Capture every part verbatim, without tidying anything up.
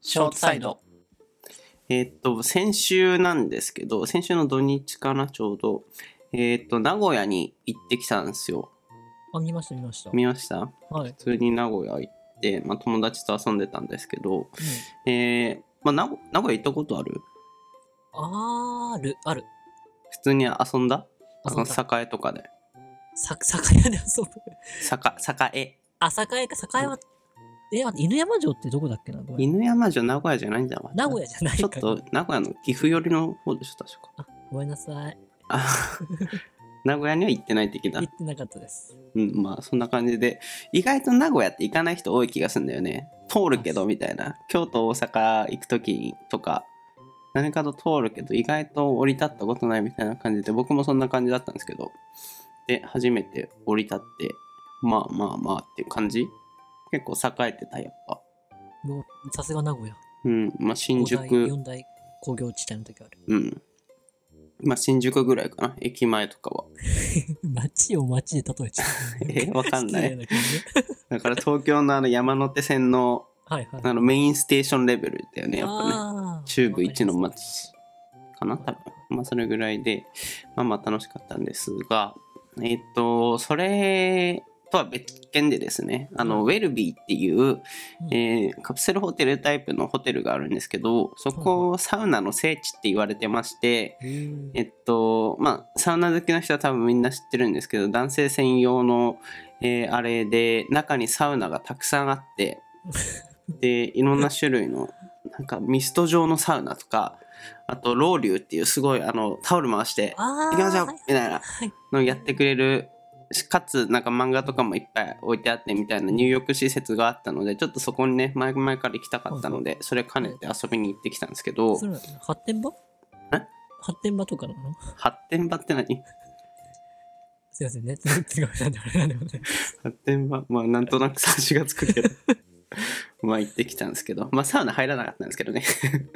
ショートサイド。えーっと、先週なんですけど、先週の土日かな、ちょうど。えーっと、名古屋に行ってきたんですよ。 あ、見ました見ました。 見ました？ はい。 普通に名古屋行って、まあ、友達と遊んでたんですけど、 うん、 えー、まあ、名古名古屋行ったことある？ ある、ある。 普通に遊んだ？あの遊んだ。 栄とかで。 さ、酒屋で遊ぶ。 栄、栄。 あ、酒屋か、栄は、え、待って、犬山城ってどこだっけな、これ。 犬山城名古屋じゃないんだわ。 名古屋じゃないちょか。 っと名古屋の岐阜寄りの方でしょ、確か。 あ、ごめんなさい。 あ名古屋には行ってない的な。 行ってなかったです。 うん、まあそんな感じで、意外と名古屋って行かない人多い気がするんだよね。通るけどみたいな。京都大阪行く時とか何かと通るけど意外と降り立ったことないみたいな感じで、僕もそんな感じだったんですけど、で初めて降り立って、まあまあまあっていう感じ。結構栄えてた。やっぱもう、さすが名古屋。 うん、まあ新宿、 よん大工業地帯の時ある。 うん、まあ新宿ぐらいかな、駅前とかは。 街を街で例えちゃう。 え、わかんない。 失礼な感じだから東京のあの山手線のはいはい。 あのメインステーションレベルだよね、やっぱね。 あー中部一のわかり街かな、多分。まあそれぐらいで、まあまあ楽しかったんですが、えっと、それとは別件でですね、あの、 うんウェルビーっていう、 うんえーカプセルホテルタイプのホテルがあるんですけど、そこサウナの聖地って言われてまして、 ますへーえっと、まあ、サウナ好きの人は多分みんな知ってるんですけど、男性専用の、えーあれで、中にサウナがたくさんあって、で、いろんな種類の、なんかミスト状のサウナとか、あと、ロウリュっていうすごい、あの、タオル回して、 あー行きましょうはいみたいなはい。 のをやってくれる、かつ、なんか漫画とかもいっぱい置いてあってみたいな入浴施設があったので、ちょっとそこにね、前々から行きたかったので、それ兼ねて遊びに行ってきたんですけど、 それは発展場え発展場とかなの発展場って何？ すいませんね。違う、なんでもないなんでもない。 発展場、まあなんとなく察しがつくけどまあ行ってきたんですけど、まあサウナ入らなかったんですけどね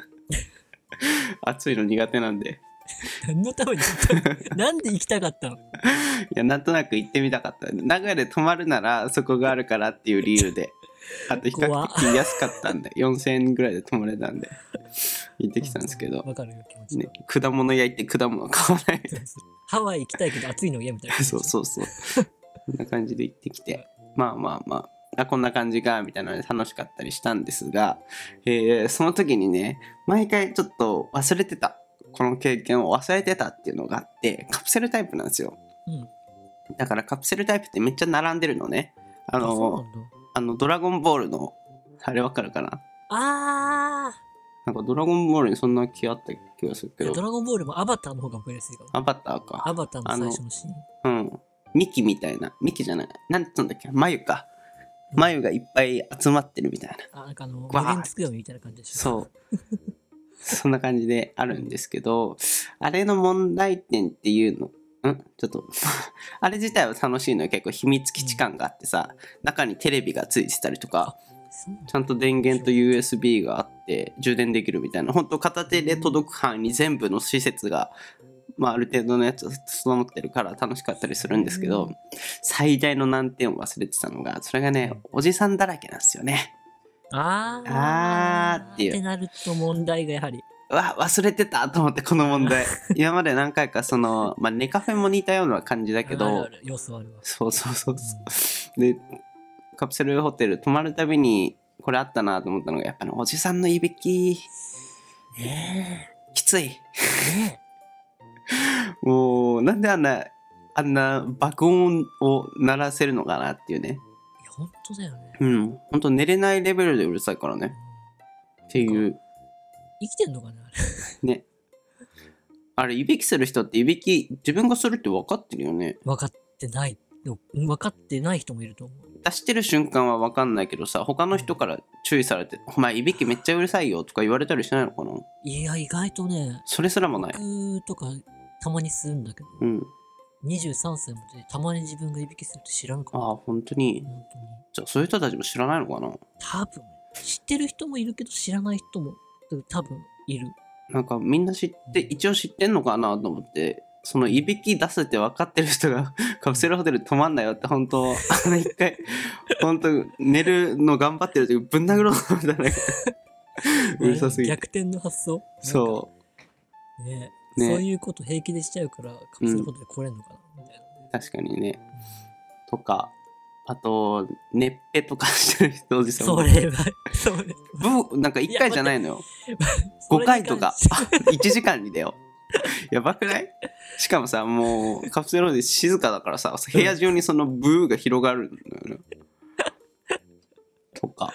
暑いの苦手なんで、 何のために行ったのなんで行きたかったのいやなんとなく行ってみたかった。名古屋で泊まるならそこがあるからっていう理由で、あと比較的安かったんでよんせんえんぐらいで泊まれたんで行ってきたんですけど、 わかるよ、気持ち。 ね、果物焼いて果物買わないみたいなハワイ行きたいけど暑いの嫌みたいな。 そうそうそうこんな感じで行ってきて、まあまあまあ、あこんな感じかみたいなので楽しかったりしたんですが、えーその時にね、毎回ちょっと忘れてた、この経験を忘れてたっていうのがあって、カプセルタイプなんですよ。 うん。 だからカプセルタイプってめっちゃ並んでるのね。ああ、そうのなんだ。 あのドラゴンボールのあれわかるかな。 あなんかドラゴンボールにそんな気あった気がするけー。 ど、 ドラゴンボールもアバターの方が分かりやすいかも。 アバターか。 アバターの最初のシーン。 うん。ミキみたいな、ミキじゃない、なんて言うんだっけ、眉か。眉がいっぱい集まってるみたいな。 あ、なんかあの、無わー限つくよみたいな感じでしょ。 そう。そんな感じであるんですけど、あれの問題点っていうの、んちょっと、あれ自体は楽しいのよ。結構秘密基地感があってさ、中にテレビがついてたりとか、 そうちゃんと電源と ユーエスビー があって充電できるみたいな、本当片手で届く範囲に全部の施設が、まあ、ある程度のやつ整ってるから楽しかったりするんですけど、最大の難点を忘れてたのが、それがね、おじさんだらけなんですよね。 あー。 あーっていうってなると問題がやはり。 うわ忘れてたと思って、この問題今まで何回かその、まあ、ネカフェも似たような感じだけど、 あるある要素あるわ。 そうそうそうそうでカプセルホテル泊まるたびにこれあったなと思ったのが、やっぱりおじさんのいびきねきつい。 え。ねもうなんであんなあんな爆音を鳴らせるのかなっていうね。 え。いや、ほんとだよね。 うんほんと寝れないレベルでうるさいからねっていう生きてんのかなあれ。 ね。あれいびきする人っていびき自分がするって分かってるよね。 分かってない。でも分かってない人もいると思う。 出してる瞬間は分かんないけどさ、他の人から注意されて「お前いびきめっちゃうるさいよ」とか言われたりしないのかな。 いや、意外とね、 それすらもない。 僕とかたまにするんだけど、 うんにじゅうさんさいまでたまに自分がいびきするって知らなかった。 ああ本当に。 本当に。 じゃあそういう人たちも知らないのかな。 多分、知ってる人もいるけど知らない人も多分いる。 なんかみんな知って一応知ってんのかなと思って、そのいびき出すって分かってる人がカプセルホテル泊まんなよって、本当あの一回本当寝るの頑張ってる時ぶん殴ろうと思ったねうるさすぎて。 逆転の発想。 そうねねそういうこと平気でしちゃうからカプセルホテル来れんのかな、みたいな。 確かにね。とか、あと、ねっぺとかしてる人おじさんも。 それは、それ。 ブなんかいっかいじゃないのよ。 そごれに関かいとかしていちじかんにだよ。やばくない？しかもさ、もうカプセルホテル静かだからさ、部屋中にそのブーが広がるんだよね。とか。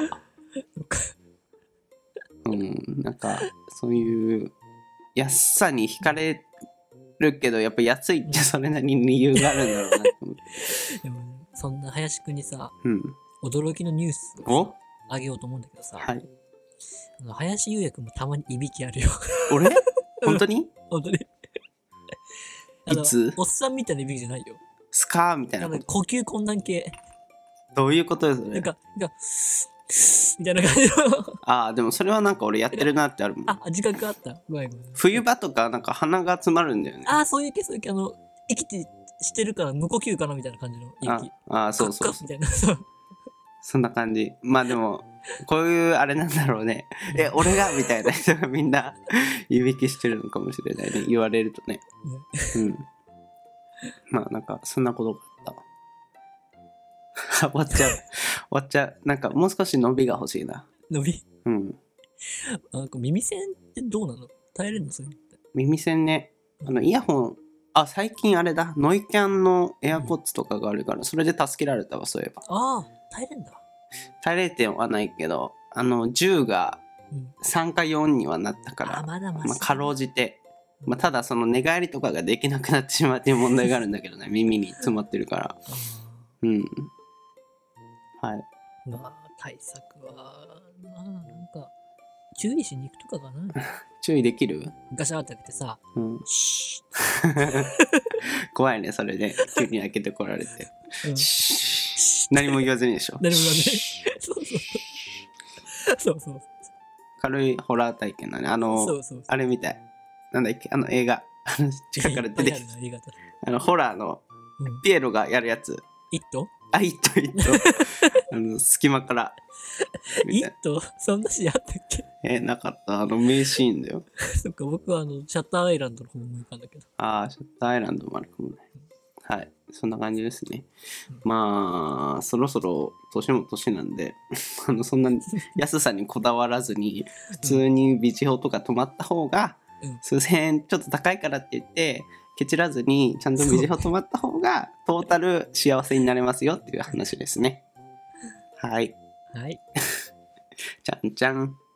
うん、なんかそういう安さに惹かれるけど、やっぱ安いってそれなりに理由があるんだろうなと思って。 でもそんな林くんにさ、 うん。 驚きのニュースをおさあげようと思うんだけどさ、 はい。 あの林優也くんもたまにいびきあるよ。 俺本当に本当に。あのいつおっさんみたいないびきじゃないよ。 スカーみたいあなこと。 の呼吸困難系。 どういうことですね。 なんか、なんか、みたいな感じの。 ああ、でもそれはなんか俺やってるなってあるもん。 あ、自覚あった。ごめんごめん。 冬場とかなんか鼻が詰まるんだよね。 あ、そういう系、そういう系、あの、生きてしてるから無呼吸かなみたいな感じのあ息。 あ、そうそうそう。 カッカッみたいな。そうそんな感じ。まあでも、こういうあれなんだろうね。え、俺がみたいな人がみんないびきしてるのかもしれないね。言われるとね。うん。まあなんか、そんなことがあったわ。終わっちゃう。終わっちゃう。なんかもう少し伸びが欲しいな。 伸び。 うん。 あなんか耳栓ってどうなの？耐えれるのそういうのって。 耳栓ね。あの、イヤホン、あ、最近あれだ。ノイキャンの AirPods とかがあるから、それで助けられたわ、そういえば。 ああ、耐えれんだ。 耐えれてはないけど、あの、銃がうん。 さんかよんにはなったかあ、 ら、 まだまし。 まあ、かろうじて。まあ、ただその寝返りとかができなくなってしまうっていう問題があるんだけどね。耳に詰まってるから。 あうん。はい。 ーまあ、対策は、まあ、なんか、注意しに行くとかかな。 注意できる？ ガシャーって開けてさ、 うん。 シ怖いね、それで。急に開けてこられて。 ー、うん、 シー何も言わずにでしょ。 何も言わない。そうそう。そうそう。 軽いホラー体験だね。あの、 そうそうそう。 あれみたい。なんだっけ、あの映画。あの近くから出てきた。 いっぱいあるな、ありがとあの、ホラーのう。 ピエロがやるやつ。 イットあ、いっといっと。あの、隙間から。みたいイットそんなシーンあったっけ？ え、なかった。あの、名シーンだよ。 そっか、僕はあの、シャッターアイランドの方も思い浮かんだけど。 ああ、シャッターアイランドもあるかもね。はい。そんな感じですね。まあ、そろそろ年も年なんで、あの、そんな安さにこだわらずに、普通にビジホとか泊まった方が、 うん数千円ちょっと高いからって言って、ケチらずにちゃんとビジホ泊まった方が、トータル幸せになれますよっていう話ですね。はい。 はい。 じゃんじゃん。